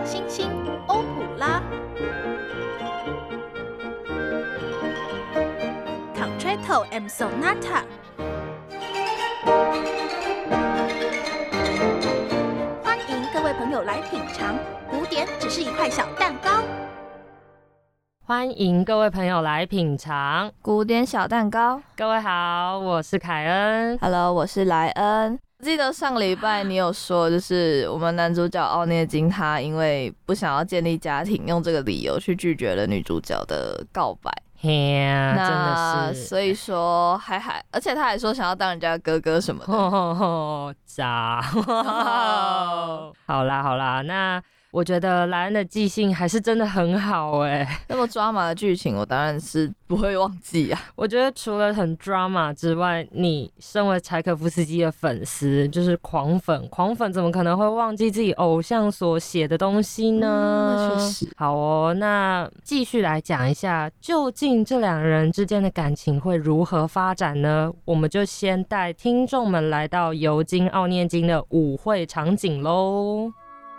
星星欧普拉 Concerto and Sonata。 欢迎各位朋友来品尝，古典只是一块小蛋糕。 欢迎各位朋友来品尝古典小蛋糕。 各位好，我是凯恩。 Hello， 我是莱恩。记得上个礼拜你有说，就是我们男主角奥涅金，他因为不想要建立家庭，用这个理由去拒绝了女主角的告白。 嘿呀，真那的是， 所以说而且他还说想要当人家的哥哥什么的。 渣。好啦，那我觉得莱恩的记性还是真的很好哎。 那么抓马的剧情，我当然是不会忘记啊。 我觉得除了很 drama 之外，你身为柴可夫斯基的粉丝，就是狂粉怎么可能会忘记自己偶像所写的东西呢？ 确实。 好哦，那继续来讲一下，究竟这两人之间的感情会如何发展呢？我们就先带听众们来到尤金·奥涅金的舞会场景咯。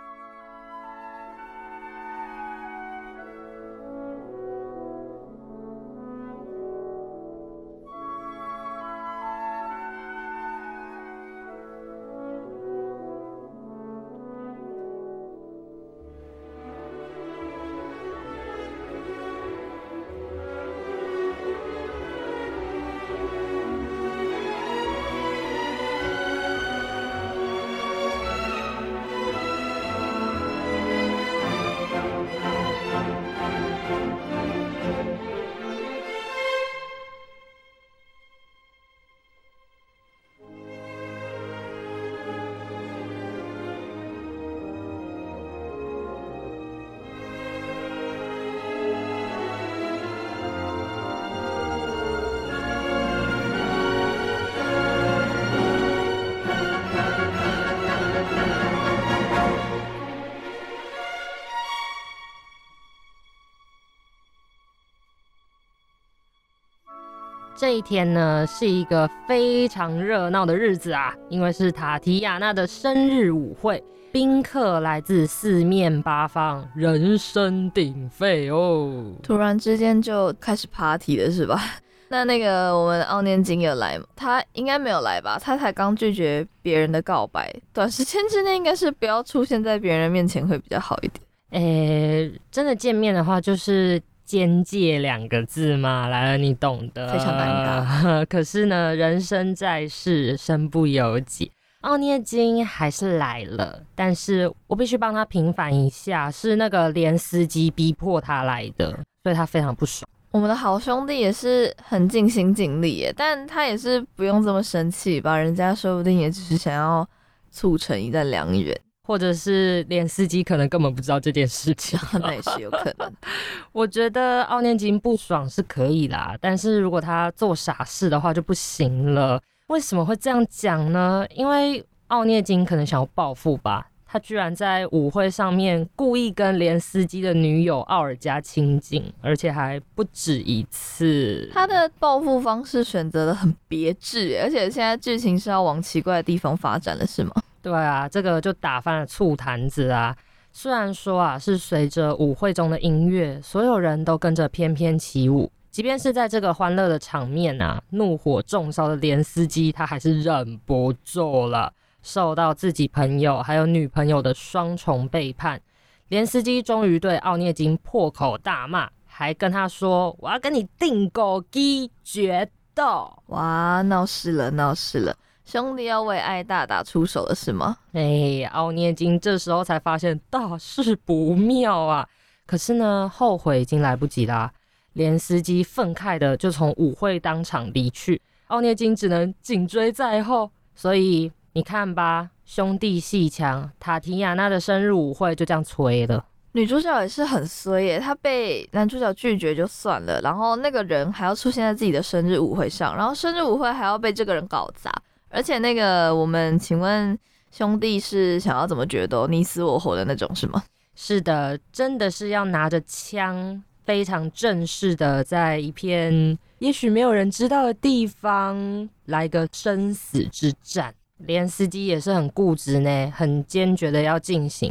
这一天呢，是一个非常热闹的日子啊，因为是塔提亚娜的生日舞会，宾客来自四面八方，人声鼎沸哦。 突然之间就开始 party 了是吧？那个我们奥涅金有来吗？他应该没有来吧？他才刚拒绝别人的告白，短时间之内应该是不要出现在别人面前会比较好一点。 真的见面的话就是边界2个字嘛，来了你懂的， 非常尴尬。 可是呢，人生在世，身不由己，奥涅金还是来了，但是我必须帮他平反一下，是那个连司机逼迫他来的，所以他非常不爽。 我们的好兄弟也是很尽心尽力耶，但他也是不用这么生气吧？人家说不定也只是想要促成一段良缘。 或者是连司机可能根本不知道这件事情， 那也是有可能。 我觉得奥涅金不爽是可以啦，但是如果他做傻事的话就不行了。为什么会这样讲呢？因为奥涅金可能想要报复吧，他居然在舞会上面故意跟连司机的女友奥尔加亲近，而且还不止一次。 他的报复方式选择的很别致，而且现在剧情是要往奇怪的地方发展了，是吗？ 对啊，这个就打翻了醋坛子啊。虽然说啊，是随着舞会中的音乐，所有人都跟着翩翩起舞，即便是在这个欢乐的场面啊，怒火中烧的连司机他还是忍不住了。受到自己朋友还有女朋友的双重背叛，连司机终于对奥涅金破口大骂，还跟他说：“我要跟你定狗鸡决斗！” 哇，闹事了，兄弟要为爱大打出手了是吗？ 奥涅金这时候才发现大事不妙啊！可是呢，后悔已经来不及啦。连司机愤慨的就从舞会当场离去，奥涅金只能紧追在后。所以你看吧，兄弟阋墙，塔提亚娜的生日舞会就这样吹了。 女主角也是很衰耶，她被男主角拒绝就算了，然后那个人还要出现在自己的生日舞会上，然后生日舞会还要被这个人搞砸。而且那个我们请问兄弟是想要怎么决斗，你死我活的那种是吗？ 是的，真的是要拿着枪，非常正式的在一片也许没有人知道的地方来个生死之战。连司机也是很固执呢，很坚决的要进行。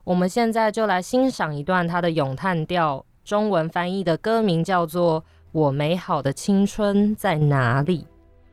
我们现在就来欣赏一段他的咏叹调，中文翻译的歌名叫做《我美好的青春在哪里》。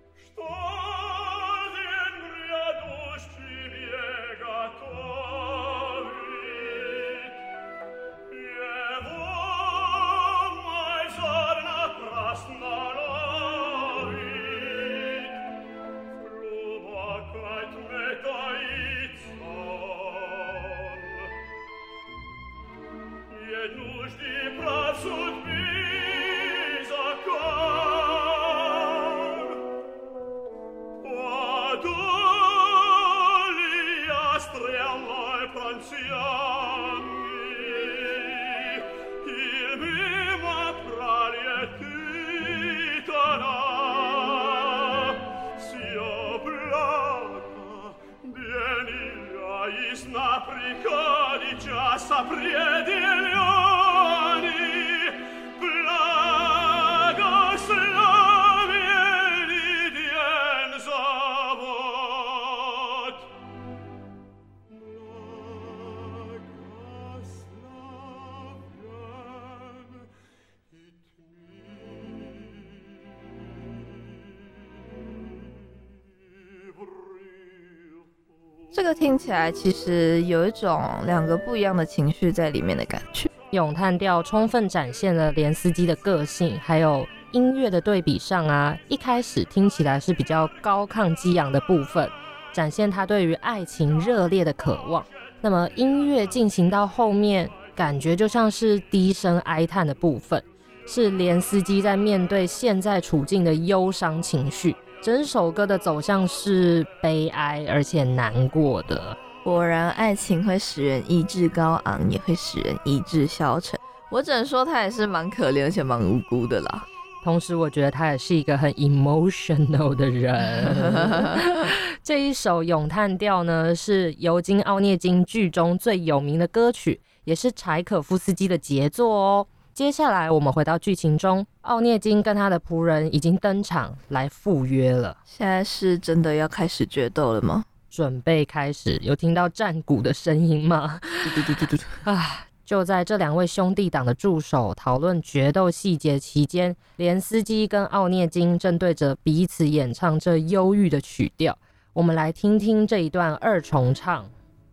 这个听起来其实有一种两个不一样的情绪在里面的感觉。 咏叹调充分展现了连斯基的个性，还有音乐的对比上啊，一开始听起来是比较高亢激昂的部分，展现他对于爱情热烈的渴望。那么音乐进行到后面，感觉就像是低声哀叹的部分，是连斯基在面对现在处境的忧伤情绪。整首歌的走向是悲哀而且难过的。 果然，爱情会使人意志高昂，也会使人意志消沉。我只能说，他也是蛮可怜而且蛮无辜的啦。 同时，我觉得他也是一个很 emotional 的人。这一首咏叹调呢，是尤金·奥涅金剧中最有名的歌曲，也是柴可夫斯基的杰作哦。接下来我们回到剧情中，奥涅金跟他的仆人已经登场来赴约了。 现在是真的要开始决斗了吗？ 准备开始，有听到战鼓的声音吗？就在这两位兄弟党的助手讨论决斗细节期间，连斯基跟奥涅金正对着彼此演唱这忧郁的曲调。我们来听听这一段二重唱。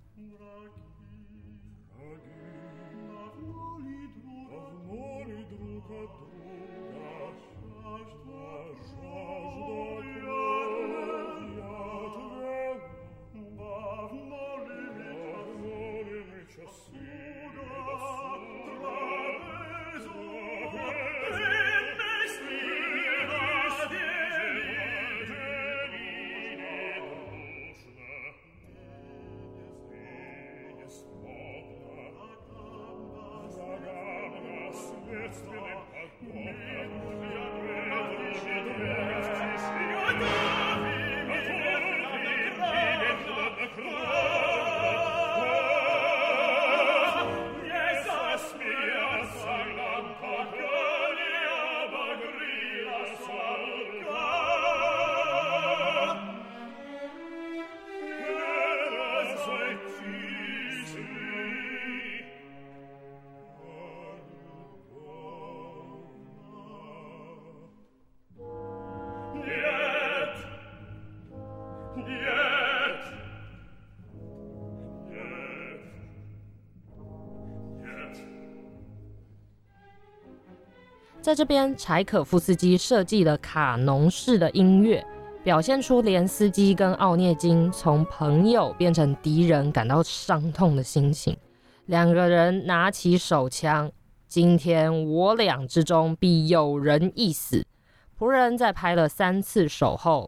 在这边，柴可夫斯基设计了卡农式的音乐，表现出连斯基跟奥涅金从朋友变成敌人感到伤痛的心情。两个人拿起手枪，今天我俩之中必有人一死。仆人在拍了3次手后，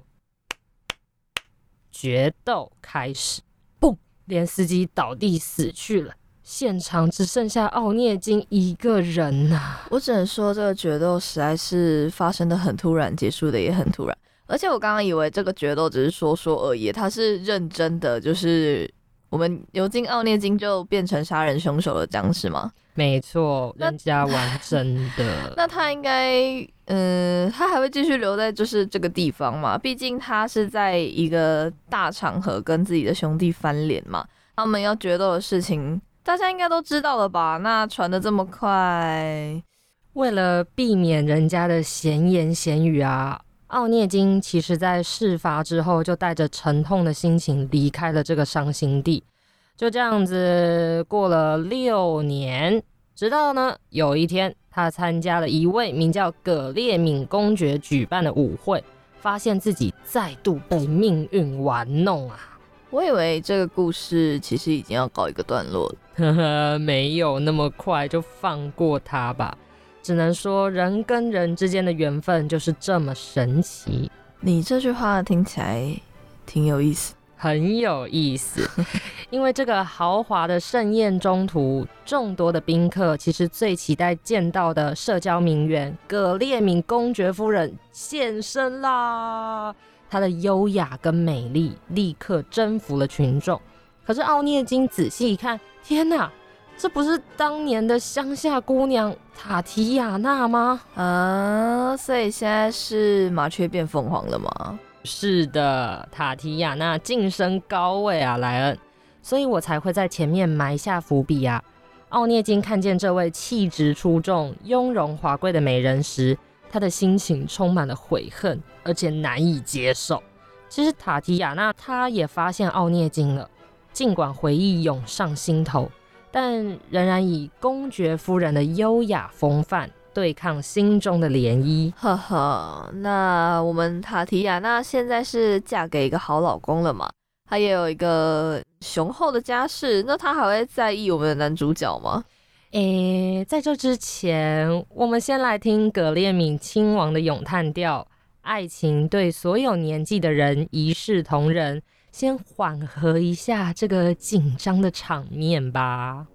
决斗开始，嘣！连斯基倒地死去了。现场只剩下奥涅金一个人啊！ 我只能说，这个决斗实在是发生的很突然，结束的也很突然。而且我刚刚以为这个决斗只是说说而已，他是认真的，就是我们尤金·奥涅金就变成杀人凶手了，这样是吗？ 没错，人家玩真的。 那他应该，他还会继续留在就是这个地方嘛？毕竟他是在一个大场合跟自己的兄弟翻脸嘛，他们要决斗的事情大家应该都知道了吧？那传得这么快， 为了避免人家的闲言闲语啊，奥涅金其实在事发之后就带着沉痛的心情离开了这个伤心地。就这样子过了6年，直到呢有一天，他参加了一位名叫葛列敏公爵举办的舞会，发现自己再度被命运玩弄啊！ 我以为这个故事其实已经要告一个段落了。 呵呵，没有那么快就放过他吧。只能说人跟人之间的缘分就是这么神奇。 你这句话听起来挺有意思， 很有意思。因为这个豪华的盛宴中途，众多的宾客其实最期待见到的社交名媛葛列敏公爵夫人现身啦。她的优雅跟美丽立刻征服了群众。可是奥涅金仔细一看，天哪，这不是当年的乡下姑娘塔提亚娜吗？ 所以现在是麻雀变凤凰了吗？ 是的，塔提亚娜晋升高位啊，莱恩。所以我才会在前面埋下伏笔啊。奥涅金看见这位气质出众、雍容华贵的美人时，他的心情充满了悔恨，而且难以接受。其实塔提亚娜她也发现奥涅金了，尽管回忆涌上心头，但仍然以公爵夫人的优雅风范对抗心中的涟漪。 呵呵，那我们塔提亚娜现在是嫁给一个好老公了嘛？她也有一个雄厚的家世，那她还会在意我们的男主角吗？ 在这之前，我们先来听葛列敏亲王的咏叹调，爱情对所有年纪的人一视同仁，先缓和一下这个紧张的场面吧。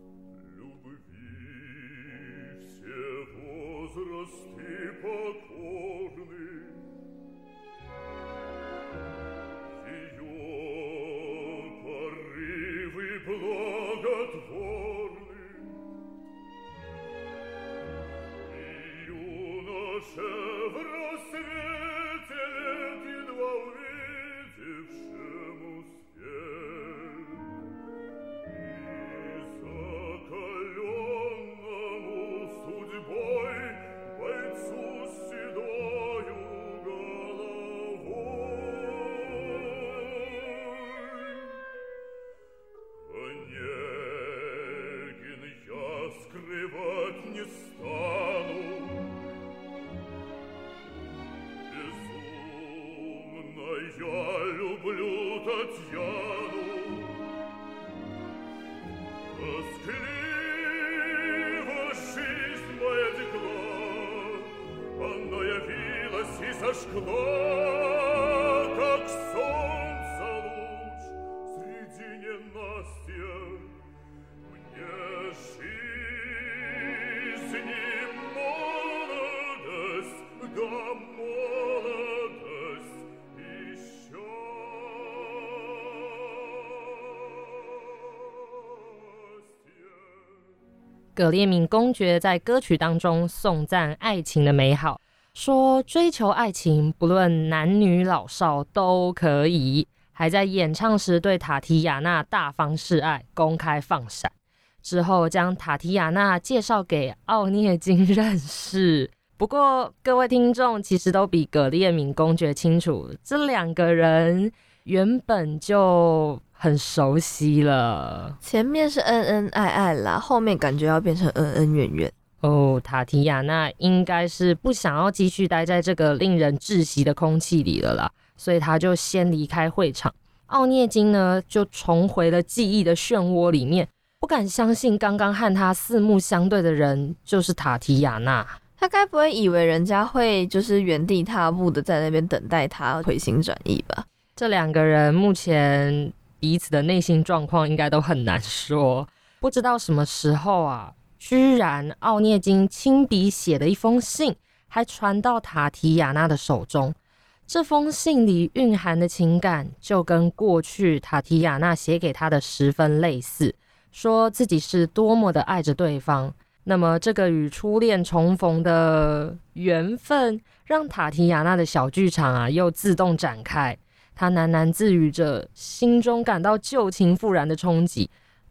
葛列敏公爵在歌曲当中颂赞爱情的美好，说追求爱情不论男女老少都可以，还在演唱时对塔提亚娜大方示爱，公开放闪，之后将塔提亚娜介绍给奥涅金认识。不过各位听众其实都比葛列敏公爵清楚，这两个人原本就很熟悉了， 前面是恩恩爱爱啦，后面感觉要变成恩恩怨怨。 塔提亚娜应该是不想要继续待在这个令人窒息的空气里了啦，所以他就先离开会场。奥涅金呢，就重回了记忆的漩涡里面，不敢相信刚刚和他四目相对的人就是塔提亚娜。 他该不会以为人家会就是原地踏步的在那边等待他回心转意吧？ 这两个人目前彼此的内心状况应该都很难说。不知道什么时候啊，居然奥涅金亲笔写了一封信，还传到塔提亚娜的手中。这封信里蕴含的情感就跟过去塔提亚娜写给他的十分类似，说自己是多么的爱着对方。那么这个与初恋重逢的缘分，让塔提亚娜的小剧场啊又自动展开。他喃喃自语着，心中感到旧情复燃的冲击。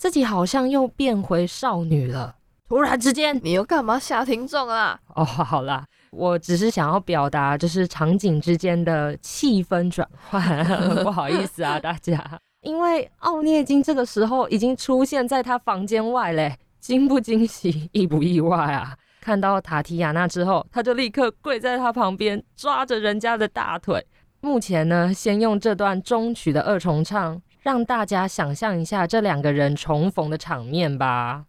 自己好像又变回少女了。突然之间， 你又干嘛吓听众啦？ 哦，好啦，我只是想要表达就是场景之间的气氛转换，不好意思啊大家。因为奥涅金这个时候已经出现在他房间外嘞，惊不惊喜，意不意外啊？看到塔提亚娜之后，他就立刻跪在他旁边，抓着人家的大腿。目前呢，先用这段中曲的二重唱，让大家想象一下这两个人重逢的场面吧。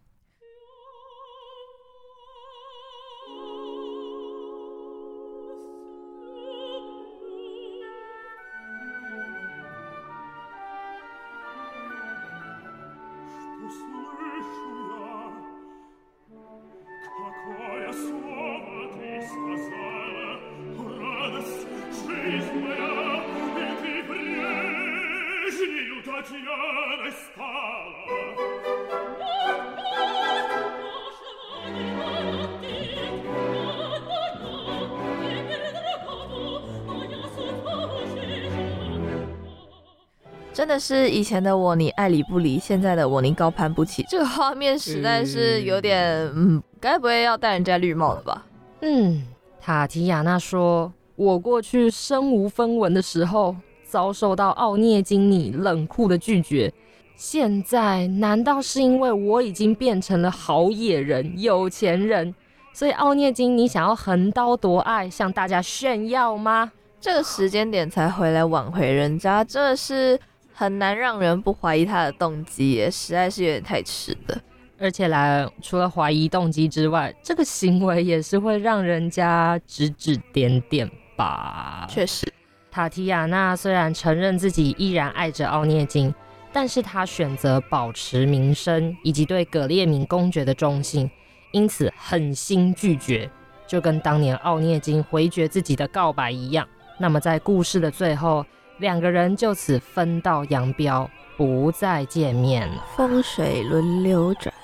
真的是以前的我你爱理不理，现在的我你高攀不起，这个画面实在是有点该不会要戴人家绿帽了吧？ 塔提亚娜说，我过去身无分文的时候遭受到奥涅金尼冷酷的拒绝，现在难道是因为我已经变成了好野人有钱人，所以奥涅金尼想要横刀夺爱向大家炫耀吗？ 这个时间点才回来挽回人家，真的是很难让人不怀疑他的动机耶，实在是有点太迟了。 而且除了怀疑动机之外，这个行为也是会让人家指指点点吧。 确实， 塔提亚娜虽然承认自己依然爱着奥涅金，但是她选择保持名声以及对葛列敏公爵的忠心，因此狠心拒绝，就跟当年奥涅金回绝自己的告白一样。那么在故事的最后，两个人就此分道扬镳，不再见面了。 风水轮流转。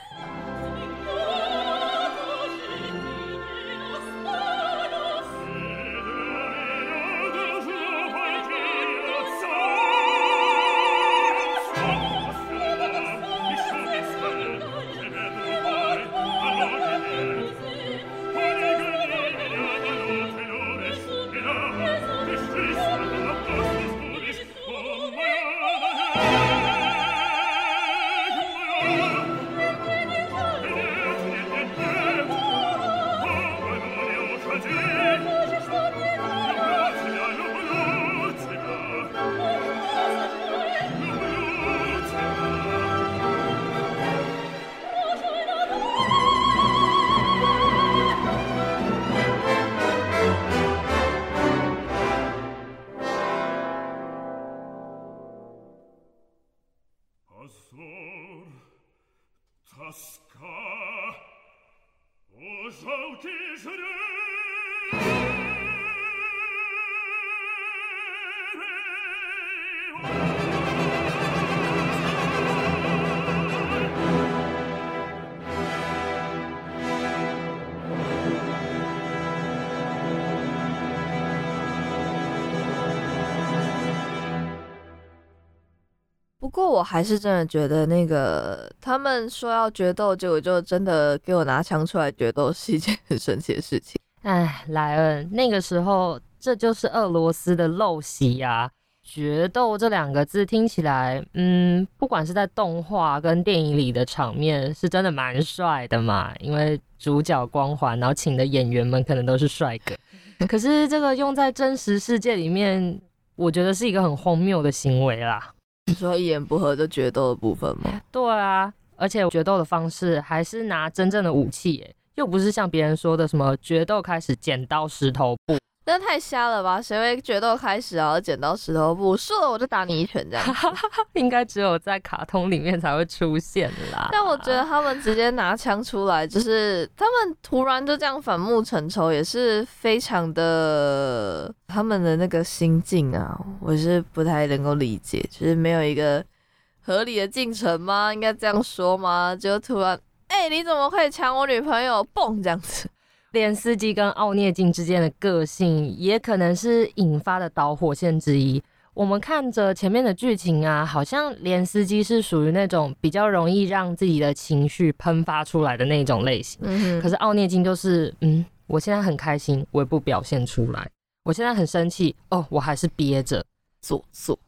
不过我还是真的觉得那个他们说要决斗，结果就真的给我拿枪出来决斗，是一件很神奇的事情。 哎，莱恩，那个时候这就是俄罗斯的陋习啊。决斗这两个字听起来，不管是在动画跟电影里的场面，是真的蛮帅的嘛，因为主角光环，然后请的演员们可能都是帅哥。可是这个用在真实世界里面，我觉得是一个很荒谬的行为啦。 你说一言不合就决斗的部分吗？ 对啊，而且决斗的方式还是拿真正的武器耶，又不是像别人说的什么决斗开始剪刀石头布。 那太瞎了吧？谁会决斗开始然后剪刀石头布，输了我就打你一拳这样应该只有在卡通里面才会出现啦。 但我觉得他们直接拿枪出来，就是他们突然就这样反目成仇，也是非常的他们的那个心境啊，我是不太能够理解，就是没有一个合理的进程吗？应该这样说吗？就突然你怎么可以抢我女朋友？蹦这样子。 连斯基跟奥涅金之间的个性也可能是引发的导火线之一。 我们看着前面的剧情啊，好像连司机是属于那种比较容易让自己的情绪喷发出来的那种类型，可是奥涅金就是我现在很开心，我也不表现出来；我现在很生气，我还是憋着做。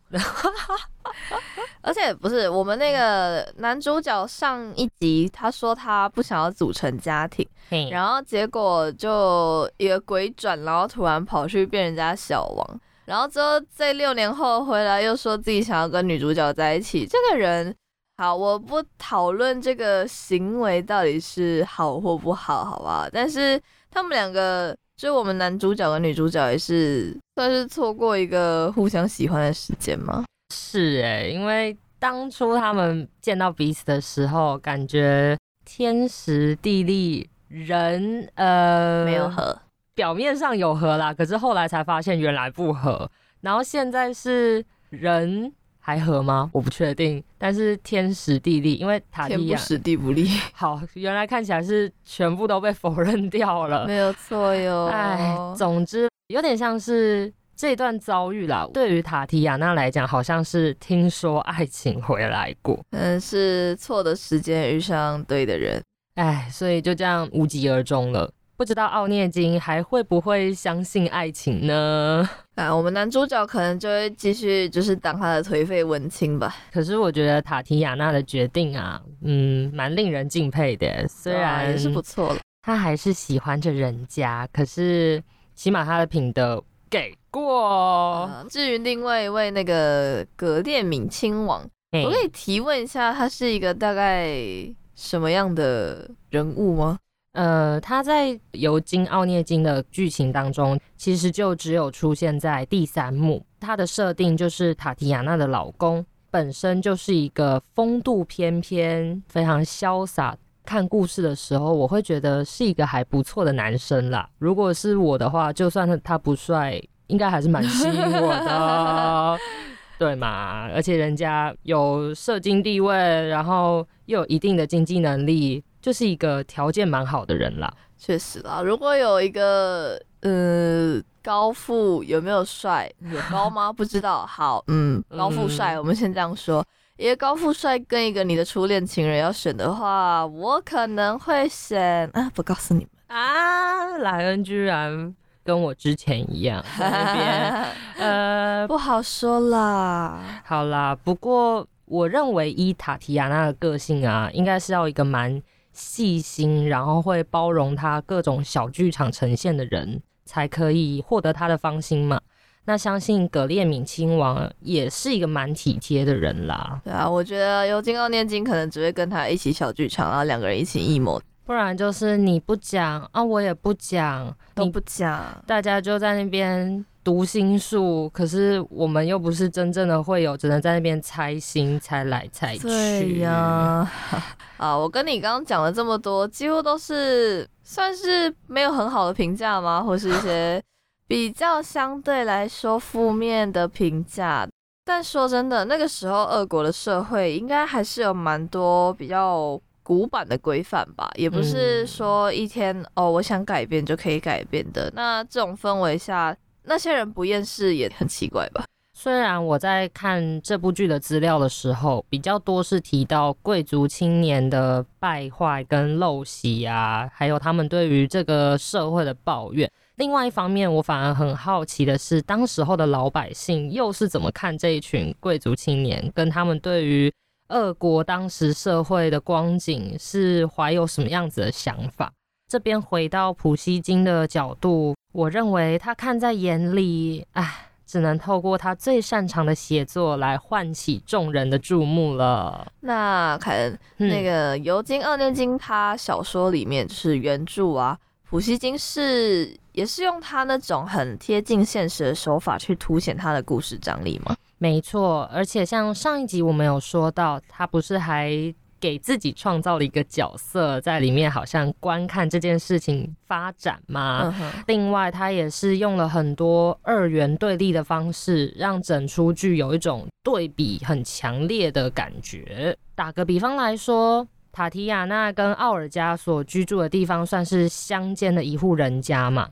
而且不是我们那个男主角上一集他说他不想要组成家庭，然后结果就一个鬼转，然后突然跑去变人家小王，然后之后在6年后回来又说自己想要跟女主角在一起。这个人好，我不讨论这个行为到底是好或不好，好不好？但是他们两个，就我们男主角跟女主角也是算是错过一个互相喜欢的时间吗？ 是因为当初他们见到彼此的时候，感觉天时地利人没有合， 表面上有合啦，可是后来才发现原来不合。然后现在是人还合吗？我不确定，但是天时地利，因为塔蒂亚天不时地不利。 好，原来看起来是全部都被否认掉了， 没有错哟。 总之有点像是这段遭遇啦，对于塔提亚娜来讲，好像是听说爱情回来过， 是错的时间遇上对的人， 所以就这样无疾而终了。不知道奥涅金还会不会相信爱情呢？ 我们男主角可能就会继续就是当他的颓废文青吧。 可是我觉得塔提亚娜的决定啊，蛮令人敬佩的。虽然也是不错了， 他还是喜欢着人家，可是起码他的品德给过。 至于另外一位那个格列敏亲王，我可以提问一下，他是一个大概什么样的人物吗？ 他在尤金·奥涅金的剧情当中，其实就只有出现在第3幕。他的设定就是塔提亚娜的老公本身就是一个风度翩翩、非常潇洒。看故事的时候，我会觉得是一个还不错的男生啦。如果是我的话，就算他不帅，应该还是蛮吸引我的。对嘛？而且人家有社经地位，然后又有一定的经济能力，就是一个条件蛮好的人啦。 确实啦，如果有一个高富，有没有帅？有高吗？不知道。好，高富帅，我们先这样说。一个高富帅跟一个你的初恋情人要选的话，我可能会选不告诉你们莱恩居然跟我之前一样在那边不好说啦。 好啦，不过我认为依塔提亚娜的个性啊，应该是要一个蛮细心，然后会包容他各种小剧场呈现的人，才可以获得他的芳心嘛。那相信格列敏亲王也是一个蛮体贴的人啦。 对啊，我觉得尤金·奥涅金可能只会跟他一起小剧场，然后2个人一起阴谋， 不然就是你不讲啊，我也不讲， 都不讲， 大家就在那边读心术。可是我们又不是真正的会友，只能在那边猜心，猜来猜去。 对呀，我跟你刚刚讲了这么多，几乎都是算是没有很好的评价吗？或是一些比较相对来说负面的评价。但说真的，那个时候俄国的社会应该还是有蛮多比较古板的规范吧，也不是说一天我想改变就可以改变的。那这种氛围下，那些人不厌世也很奇怪吧。 虽然我在看这部剧的资料的时候，比较多是提到贵族青年的败坏跟陋习啊，还有他们对于这个社会的抱怨。另外一方面，我反而很好奇的是，当时候的老百姓又是怎么看这一群贵族青年，跟他们对于俄国当时社会的光景是怀有什么样子的想法。这边回到普希金的角度，我认为他看在眼里，只能透过他最擅长的写作来唤起众人的注目了。 那凯恩，那个尤金·奥涅金他小说里面就是原著啊，普希金也是用他那种很贴近现实的手法去凸显他的故事张力吗？ 没错，而且像上一集我们有说到，他不是还给自己创造了一个角色在里面，好像观看这件事情发展吗？另外他也是用了很多二元对立的方式，让整出剧有一种对比很强烈的感觉。打个比方来说，塔提亚娜跟奥尔加所居住的地方算是乡间的一户人家嘛，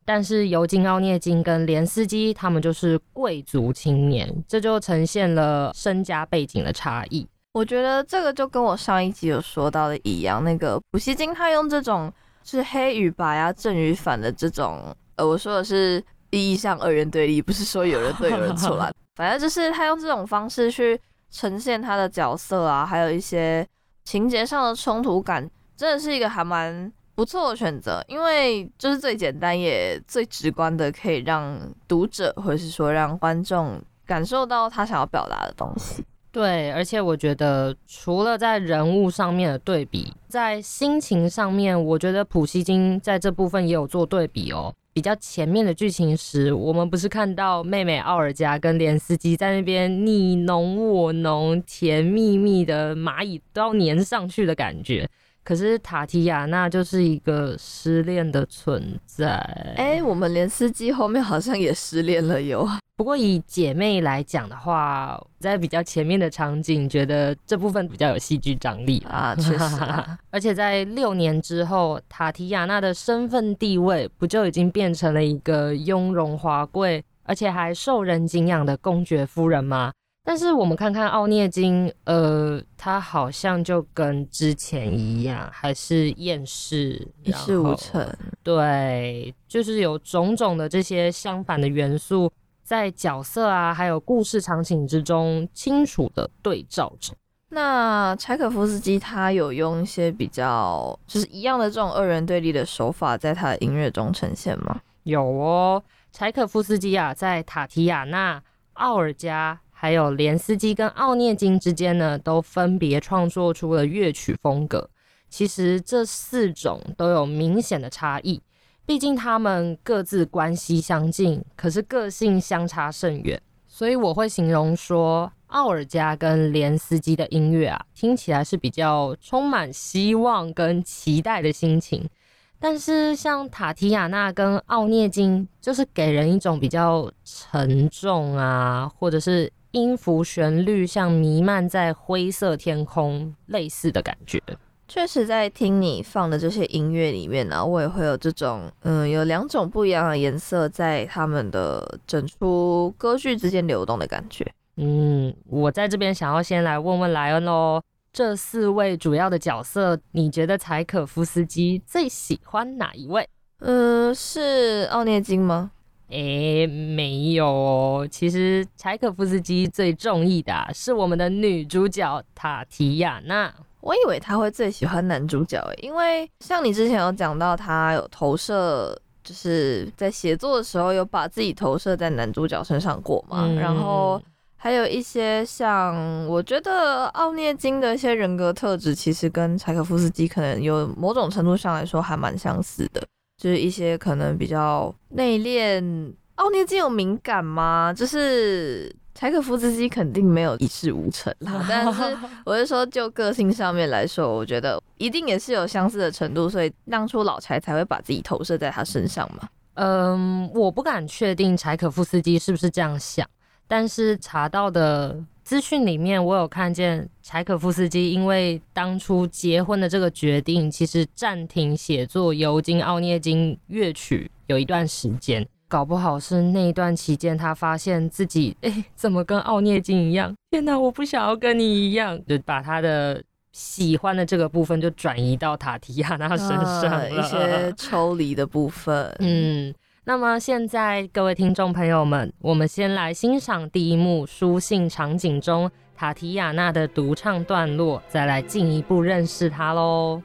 但是尤金·奥涅金跟连斯基他们就是贵族青年，这就呈现了身家背景的差异。 我觉得这个就跟我上一集有说到的一样，那个普希金他用这种是黑与白啊、正与反的这种，我说的是意义上二元对立，不是说有人对有人错啦。反正就是他用这种方式去呈现他的角色啊，还有一些情节上的冲突感，真的是一个还蛮不错的选择，因为就是最简单也最直观的，可以让读者或者是说让观众感受到他想要表达的东西。 对，而且我觉得除了在人物上面的对比，在心情上面，我觉得普希金在这部分也有做对比哦。比较前面的剧情时，我们不是看到妹妹奥尔加跟连斯基在那边你侬我侬，甜蜜蜜的蚂蚁都要粘上去的感觉。可是塔提亚娜就是一个失恋的存在。 我们连司机后面好像也失恋了哟。 不过以姐妹来讲的话，在比较前面的场景，觉得这部分比较有戏剧张力啊，确实啊。 而且在6年之后，塔提亚娜的身份地位不就已经变成了一个雍容华贵，而且还受人敬仰的公爵夫人吗？但是我们看看奥涅金，他好像就跟之前一样，还是厌世， 一事无成。 对，就是有种种的这些相反的元素，在角色啊，还有故事场景之中清楚的对照着。 那柴可夫斯基他有用一些比较就是一样的这种二元对立的手法，在他的音乐中呈现吗？ 有哦，柴可夫斯基啊，在塔提亚娜、奥尔加还有连斯基跟奥涅金之间呢，都分别创作出了乐曲风格。其实这4种都有明显的差异，毕竟他们各自关系相近，可是个性相差甚远。所以我会形容说，奥尔加跟连斯基的音乐啊，听起来是比较充满希望跟期待的心情。但是像塔提亚娜跟奥涅金，就是给人一种比较沉重啊，或者是音符旋律像弥漫在灰色天空类似的感觉。 确实在听你放的这些音乐里面呢，我也会有这种有2种不一样的颜色在他们的整出歌剧之间流动的感觉。 我在这边想要先来问问莱恩咯，这4位主要的角色，你觉得柴可夫斯基最喜欢哪一位？ 是奥涅金吗？ 没有哦。其实柴可夫斯基最中意的是我们的女主角塔提亚娜。 我以为他会最喜欢男主角因为像你之前有讲到他有投射，就是在写作的时候有把自己投射在男主角身上过嘛，然后还有一些像我觉得奥涅金的一些人格特质其实跟柴可夫斯基可能有某种程度上来说还蛮相似的，就是一些可能比较内敛。奥涅金有敏感吗？就是柴可夫斯基肯定没有一事无成啦，但是我是说就个性上面来说，我觉得一定也是有相似的程度，所以当初老柴才会把自己投射在他身上嘛。 我不敢确定柴可夫斯基是不是这样想，但是查到的资讯里面，我有看见柴可夫斯基因为当初结婚的这个决定，其实暂停写作尤金·奥涅金乐曲有一段时间。搞不好是那一段期间，他发现自己怎么跟奥涅金一样？天哪，我不想要跟你一样，就把他的喜欢的这个部分就转移到塔提亚娜身上了， 一些抽离的部分。 那么现在各位听众朋友们，我们先来欣赏第一幕书信场景中塔提亚娜的独唱段落，再来进一步认识她咯。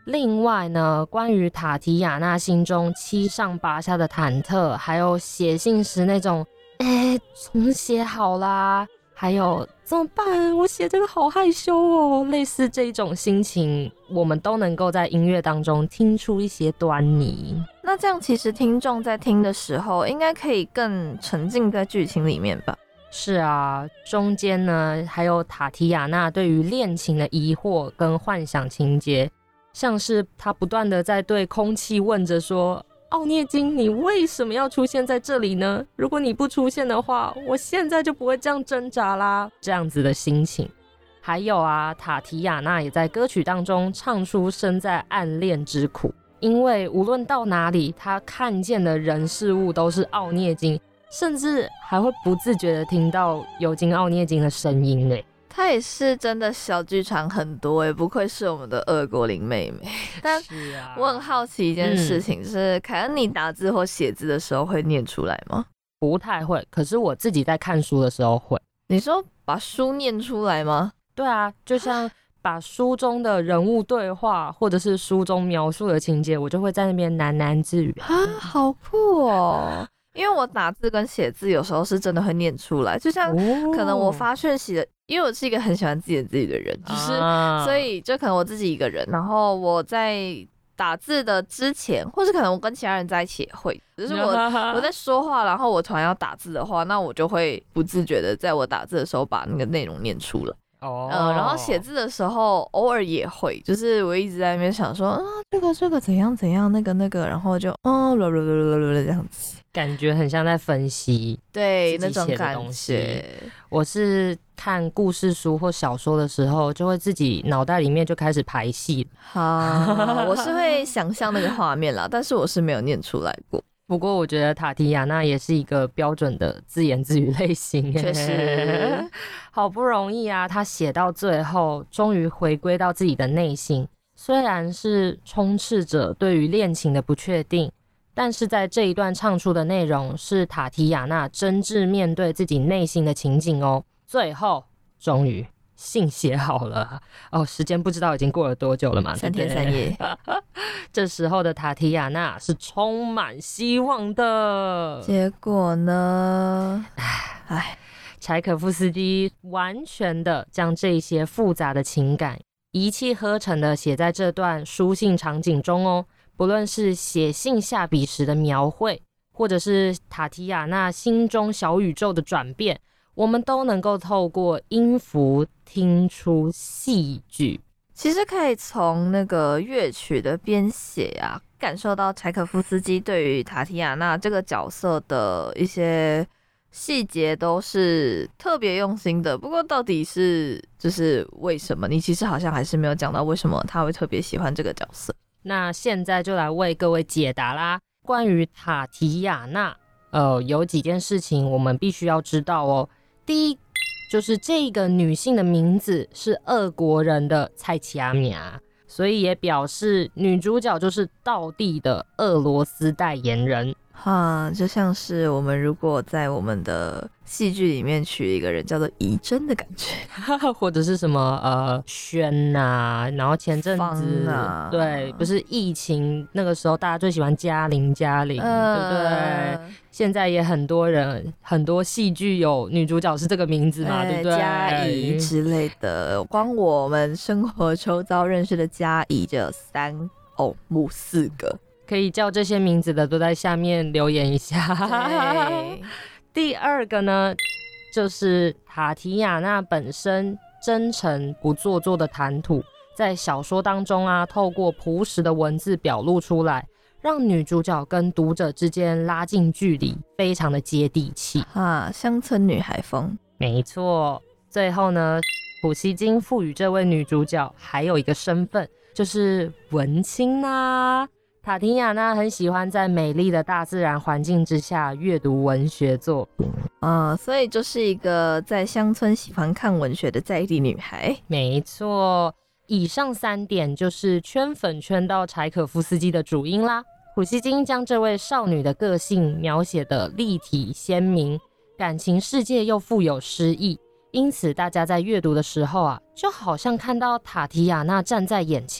另外呢，关于塔提亚娜心中七上八下的忐忑，还有写信时那种重写好啦，还有怎么办，我写这个好害羞哦，类似这种心情，我们都能够在音乐当中听出一些端倪。 那这样其实听众在听的时候应该可以更沉浸在剧情里面吧？ 是啊，中间呢还有塔提亚娜对于恋情的疑惑跟幻想情节，像是她不断的在对空气问着说，奥涅金，你为什么要出现在这里呢？如果你不出现的话，我现在就不会这样挣扎啦，这样子的心情。还有啊，塔提亚娜也在歌曲当中唱出身在暗恋之苦，因为无论到哪里，她看见的人事物都是奥涅金，甚至还会不自觉的听到尤金奥涅金的声音嘞。 她也是真的小剧场很多耶，不愧是我们的俄国林妹妹。但我很好奇一件事情是，凯恩你打字或写字的时候会念出来吗？ 不太会，可是我自己在看书的时候会。 你说把书念出来吗？ 对啊，就像把书中的人物对话或者是书中描述的情节，我就会在那边喃喃自语。 啊，好酷哦！因为我打字跟写字有时候是真的会念出来，就像可能我发讯息的，因为我是一个很喜欢自言自语的人，就是所以就可能我自己一个人，然后我在打字的之前，或是可能我跟其他人在一起也会，就是我在说话，然后我突然要打字的话，那我就会不自觉的在我打字的时候把那个内容念出来。然后写字的时候偶尔也会，就是我一直在那边想说这个怎样怎样那个，然后就这样子， 感觉很像在分析对那种感觉。 我是看故事书或小说的时候，就会自己脑袋里面就开始排戏。 我是会想象那个画面啦，但是我是没有念出来过。 不过我觉得塔提亚娜也是一个标准的自言自语类型， 确实好不容易啊，她写到最后终于回归到自己的内心，虽然是充斥着对于恋情的不确定，但是在这一段唱出的内容是塔提亚娜真挚面对自己内心的情景哦。最后终于信写好了哦，时间不知道已经过了多久了嘛 ，3天3夜。 这时候的塔提亚娜是充满希望的， 结果呢？ 柴可夫斯基完全的将这些复杂的情感一气呵成的写在这段书信场景中哦。不论是写信下笔时的描绘，或者是塔提亚娜心中小宇宙的转变，我们都能够透过音符听出戏剧。 其实可以从那个乐曲的编写啊，感受到柴可夫斯基对于塔提亚娜这个角色的一些细节都是特别用心的。不过到底是就是为什么，你其实好像还是没有讲到为什么他会特别喜欢这个角色。 那现在就来为各位解答啦。关于塔提亚娜，有几件事情我们必须要知道哦。第一，就是这个女性的名字是俄国人的蔡奇亚米亚，所以也表示女主角就是道地的俄罗斯代言人。 就像是我们如果在我们的戏剧里面取一个人叫做怡珍的感觉， 或者是什么轩啊，然后前阵子对，不是疫情那个时候大家最喜欢嘉玲，对不对？现在也很多人很多戏剧有女主角是这个名字嘛，对不对？ 嘉怡之类的，光我们生活周遭认识的嘉怡就有4个。 可以叫这些名字的都在下面留言一下。第二个呢，就是塔提亚娜本身真诚不做作的谈吐，在小说当中啊，透过朴实的文字表露出来，让女主角跟读者之间拉近距离，非常的接地气乡村女孩风。 没错。最后呢，普希金赋予这位女主角还有一个身份，就是文青啦。塔提亚娜很喜欢在美丽的大自然环境之下阅读文学作品， 所以就是一个在乡村喜欢看文学的在地女孩。 没错，以上3点就是圈粉圈到柴可夫斯基的主因啦。普希金将这位少女的个性描写的立体鲜明，感情世界又富有诗意，因此大家在阅读的时候啊，就好像看到塔提亚娜站在眼前，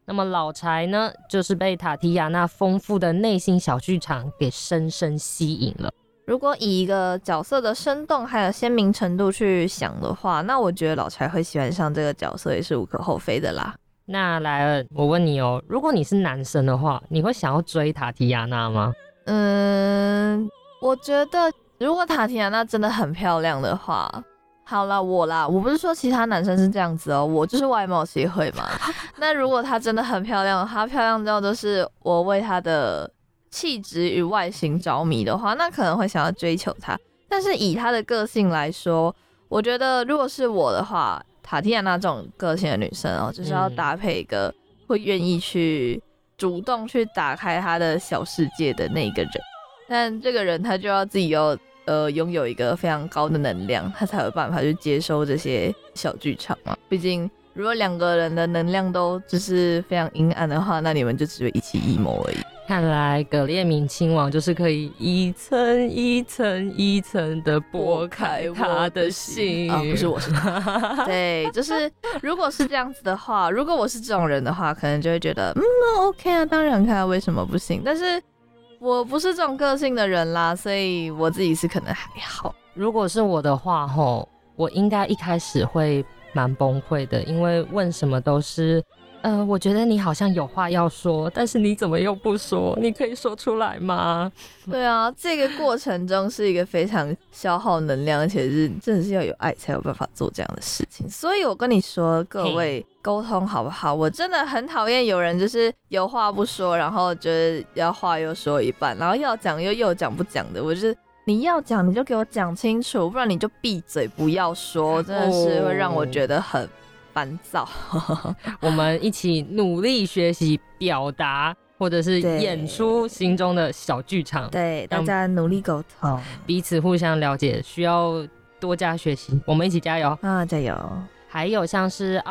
那么老柴呢，就是被塔提亚那丰富的内心小剧场给深深吸引了。 如果以一个角色的生动还有鲜明程度去想的话，那我觉得老柴会喜欢上这个角色也是无可厚非的啦。 那莱恩，我问你哦，如果你是男生的话，你会想要追塔提亚娜吗？ 我觉得如果塔提亚娜真的很漂亮的话，好啦，我不是说其他男生是这样子哦，我就是外貌协会嘛。那如果她真的很漂亮，她漂亮到就是我为她的气质与外形着迷的话，那可能会想要追求她。但是以她的个性来说，我觉得如果是我的话，塔提亚娜这种个性的女生哦，就是要搭配一个会愿意去主动去打开她的小世界的那个人。但这个人他就要自己拥有一个非常高的能量，他才有办法去接收这些小剧场嘛。毕竟如果两个人的能量都就是非常阴暗的话，那你们就只会一起阴谋而已。 看来葛列明亲王就是可以一层一层一层的剥开他的心啊，不是我是他。对，就是如果是这样子的话，如果我是这种人的话，可能就会觉得OK 啊，当然看为什么不行。但是我不是这种个性的人啦，所以我自己是可能还好。 如果是我的话吼，我应该一开始会蛮崩溃的，因为问什么都是我觉得你好像有话要说，但是你怎么又不说？你可以说出来吗？ 对啊，这个过程中是一个非常消耗能量，而且是真的是要有爱才有办法做这样的事情。所以我跟你说，各位沟通好不好？我真的很讨厌有人就是有话不说，然后就是要话又说一半，然后要讲又讲不讲的。我就是你要讲你就给我讲清楚，不然你就闭嘴不要说，真的是会让我觉得很烦躁。 我们一起努力学习表达，或者是演出心中的小剧场。 对，大家努力沟通， 彼此互相了解，需要多加学习。我们一起加油啊！加油！ 还有像是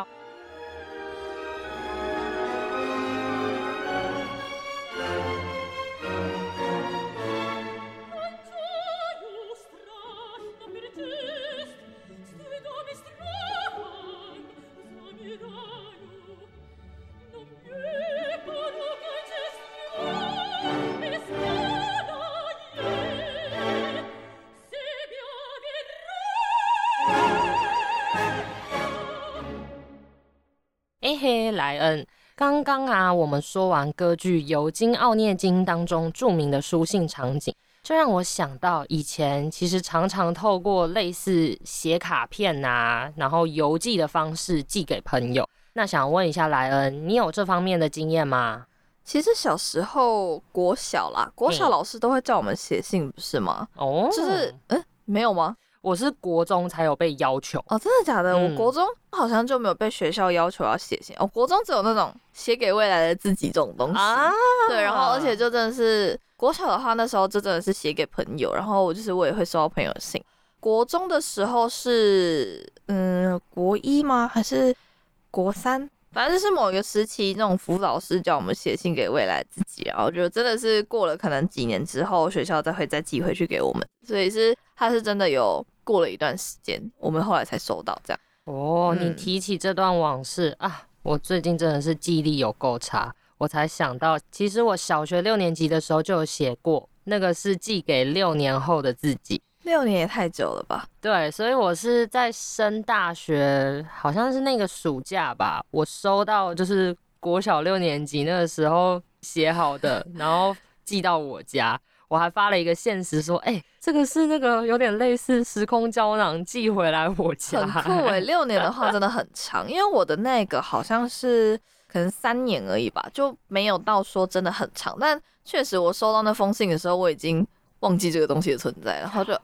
莱恩，刚刚啊，我们说完歌剧《尤金·奥涅金》当中著名的书信场景，就让我想到以前其实常常透过类似写卡片啊，然后邮寄的方式寄给朋友。那想问一下莱恩，你有这方面的经验吗？ 其实小时候国小老师都会叫我们写信，不是吗？ 哦， 就是没有吗？ 我是国中才有被要求哦，真的假的？我国中好像就没有被学校要求要写信，国中只有那种写给未来的自己这种东西啊。对，然后而且就真的是国小的话，那时候就真的是写给朋友，然后我也会收到朋友的信。国中的时候是国一吗？还是国三？反正就是某一个时期，那种辅导师叫我们写信给未来的自己，然后就真的是过了可能几年之后，学校会再寄回去给我们，所以他是真的有过了一段时间，我们后来才收到这样。 哦，你提起这段往事啊，我最近真的是记忆力有够差，我才想到，其实我小学6年级的时候就有写过，那个是寄给6年后的自己。 6年也太久了吧？ 对，所以我是在升大学，好像是那个暑假吧，我收到就是国小6年级那个时候写好的，然后寄到我家。我还发了一个限时说，这个是那个有点类似时空胶囊寄回来我家。 很酷6年的话真的很长，因为我的那个好像是可能3年而已吧，就没有到说真的很长。但确实我收到那封信的时候，我已经忘记这个东西的存在，然后就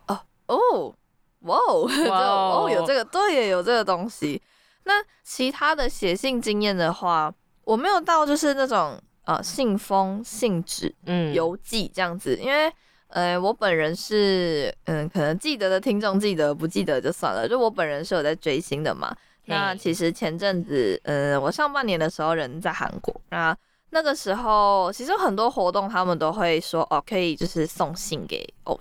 有这个，对，有这个东西。那其他的写信经验的话，我没有到就是那种信封、信纸、邮寄这样子，因为我本人是可能记得的听众记得，不记得就算了。就我本人是有在追星的嘛。那其实前阵子我上半年的时候人在韩国，那个时候其实很多活动他们都会说可以就是送信给偶像。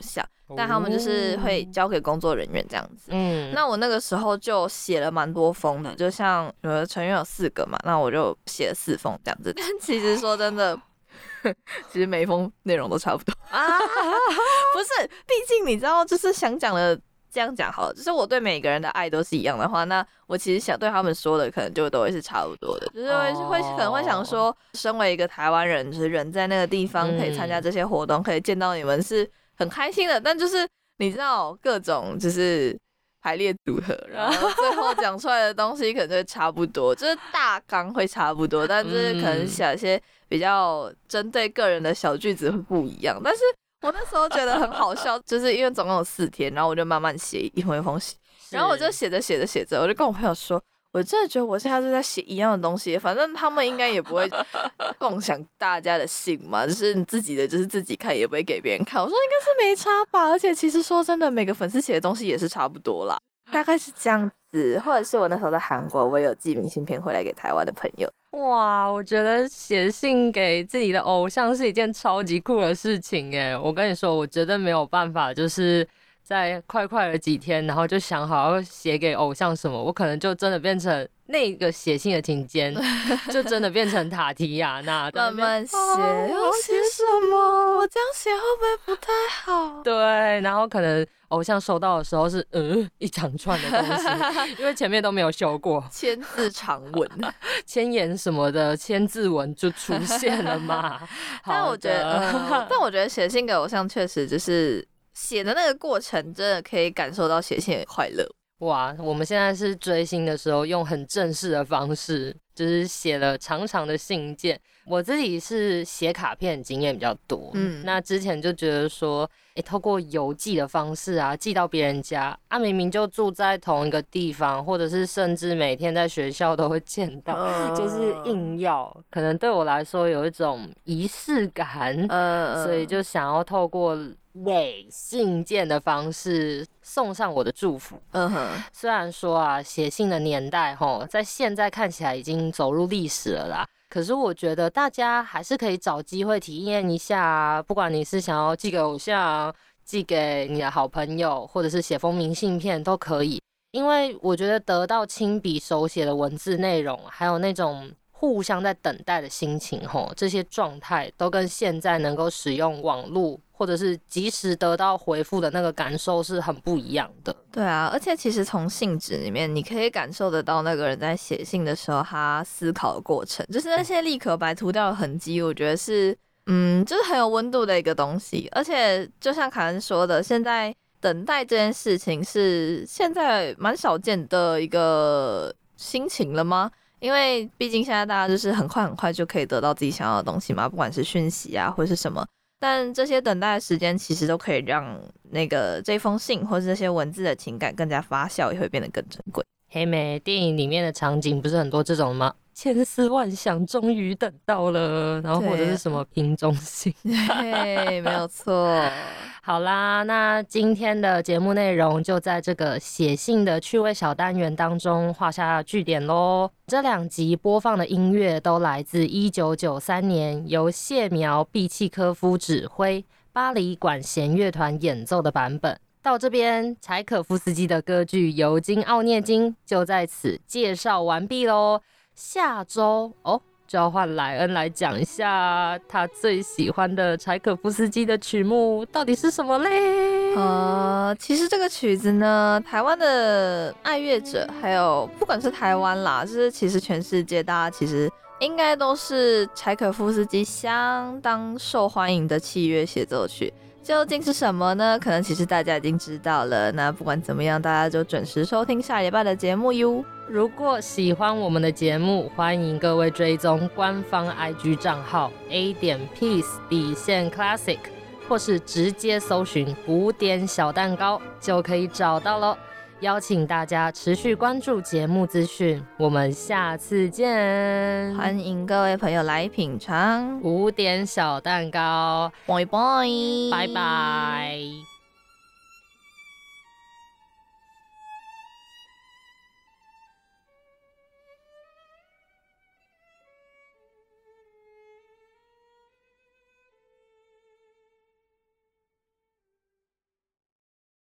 但他们就是会交给工作人员这样子。那我那个时候就写了蛮多封的，就像成员有4个嘛，那我就写了4封这样子。但其实说真的，其实每一封内容都差不多啊，不是，毕竟你知道，就是想讲的。这样讲好了，就是我对每个人的爱都是一样的话，那我其实想对他们说的，可能就都会是差不多的，就是可能会想说，身为一个台湾人，就是人在那个地方可以参加这些活动，可以见到你们是很开心的，但就是你知道各种就是排列组合，然后最后讲出来的东西可能就会差不多，就是大纲会差不多，但就是可能写一些比较针对个人的小句子会不一样，但是。我那时候觉得很好笑，就是因为总共有4天，然后我就慢慢写一封写，然后我就写着，我就跟我朋友说，我真的觉得我现在是在写一样的东西，反正他们应该也不会共享大家的信嘛，就是你自己的就是自己看，也不会给别人看。我说应该是没差吧，而且其实说真的，每个粉丝写的东西也是差不多啦，大概是这样子。或者是我那时候在韩国，我有寄明信片回来给台湾的朋友。 哇，我觉得写信给自己的偶像是一件超级酷的事情耶！我跟你说，我绝对没有办法，就是在快的几天，然后就想好要写给偶像什么，我可能就真的变成那个写信的期间，就真的变成塔提亚娜， 慢慢写，要写什么？我这样写会不会不太好？ 对，然后可能偶像收到的时候是一长串的东西，因为前面都没有修过， 千字长文、 千言什么的千字文就出现了嘛。 但我觉得写信给偶像确实就是写的那个过程，真的可以感受到写信的快乐。 哇，我们现在是追星的时候用很正式的方式，就是写了长长的信件。我自己是写卡片经验比较多，那之前就觉得说，透过邮寄的方式啊，寄到别人家啊，明明就住在同一个地方，或者是甚至每天在学校都会见到，就是硬要，可能对我来说有一种仪式感，所以就想要透过信件的方式送上我的祝福。虽然说啊，写信的年代在现在看起来已经走入历史了啦，可是我觉得大家还是可以找机会体验一下啊，不管你是想要寄给偶像，寄给你的好朋友，或者是写封明信片都可以，因为我觉得得到亲笔手写的文字内容，还有那种互相在等待的心情，这些状态都跟现在能够使用网络或者是及时得到回复的那个感受是很不一样的。 对啊，而且其实从信纸里面你可以感受得到那个人在写信的时候他思考的过程，就是那些立可白涂掉的痕迹，我觉得是就是很有温度的一个东西。而且就像凯恩说的，现在等待这件事情是现在蛮少见的一个心情了吗？因为毕竟现在大家就是很快就可以得到自己想要的东西嘛，不管是讯息啊或是什么，但这些等待的时间其实都可以让这封信或是这些文字的情感更加发酵，也会变得更珍贵。 黑妹，电影里面的场景不是很多这种吗？千丝万想终于等到了，然后或者是什么瓶中信， 对，没有错。 好啦，那今天的节目内容就在这个写信的趣味小单元当中画下句点咯。这2集播放的音乐都来自1993年由谢苗毕契科夫指挥，巴黎管弦乐团演奏的版本。到这边，柴可夫斯基的歌剧《尤金奥涅金》就在此介绍完毕咯。下周就要换莱恩来讲一下他最喜欢的柴可夫斯基的曲目到底是什么嘞？ 其实这个曲子呢，台湾的爱乐者，还有不管是台湾啦，就是其实全世界大家其实应该都是柴可夫斯基相当受欢迎的器乐协奏曲。究竟是什么呢？可能其实大家已经知道了。那不管怎么样，大家就准时收听下礼拜的节目哟。 如果喜欢我们的节目，欢迎各位追踪官方 IG 账号 A.Peace_Classic， 或是直接搜寻古典小蛋糕就可以找到咯。邀请大家持续关注节目资讯，我们下次见。 欢迎各位朋友来品尝古典小蛋糕， 拜拜， 拜拜。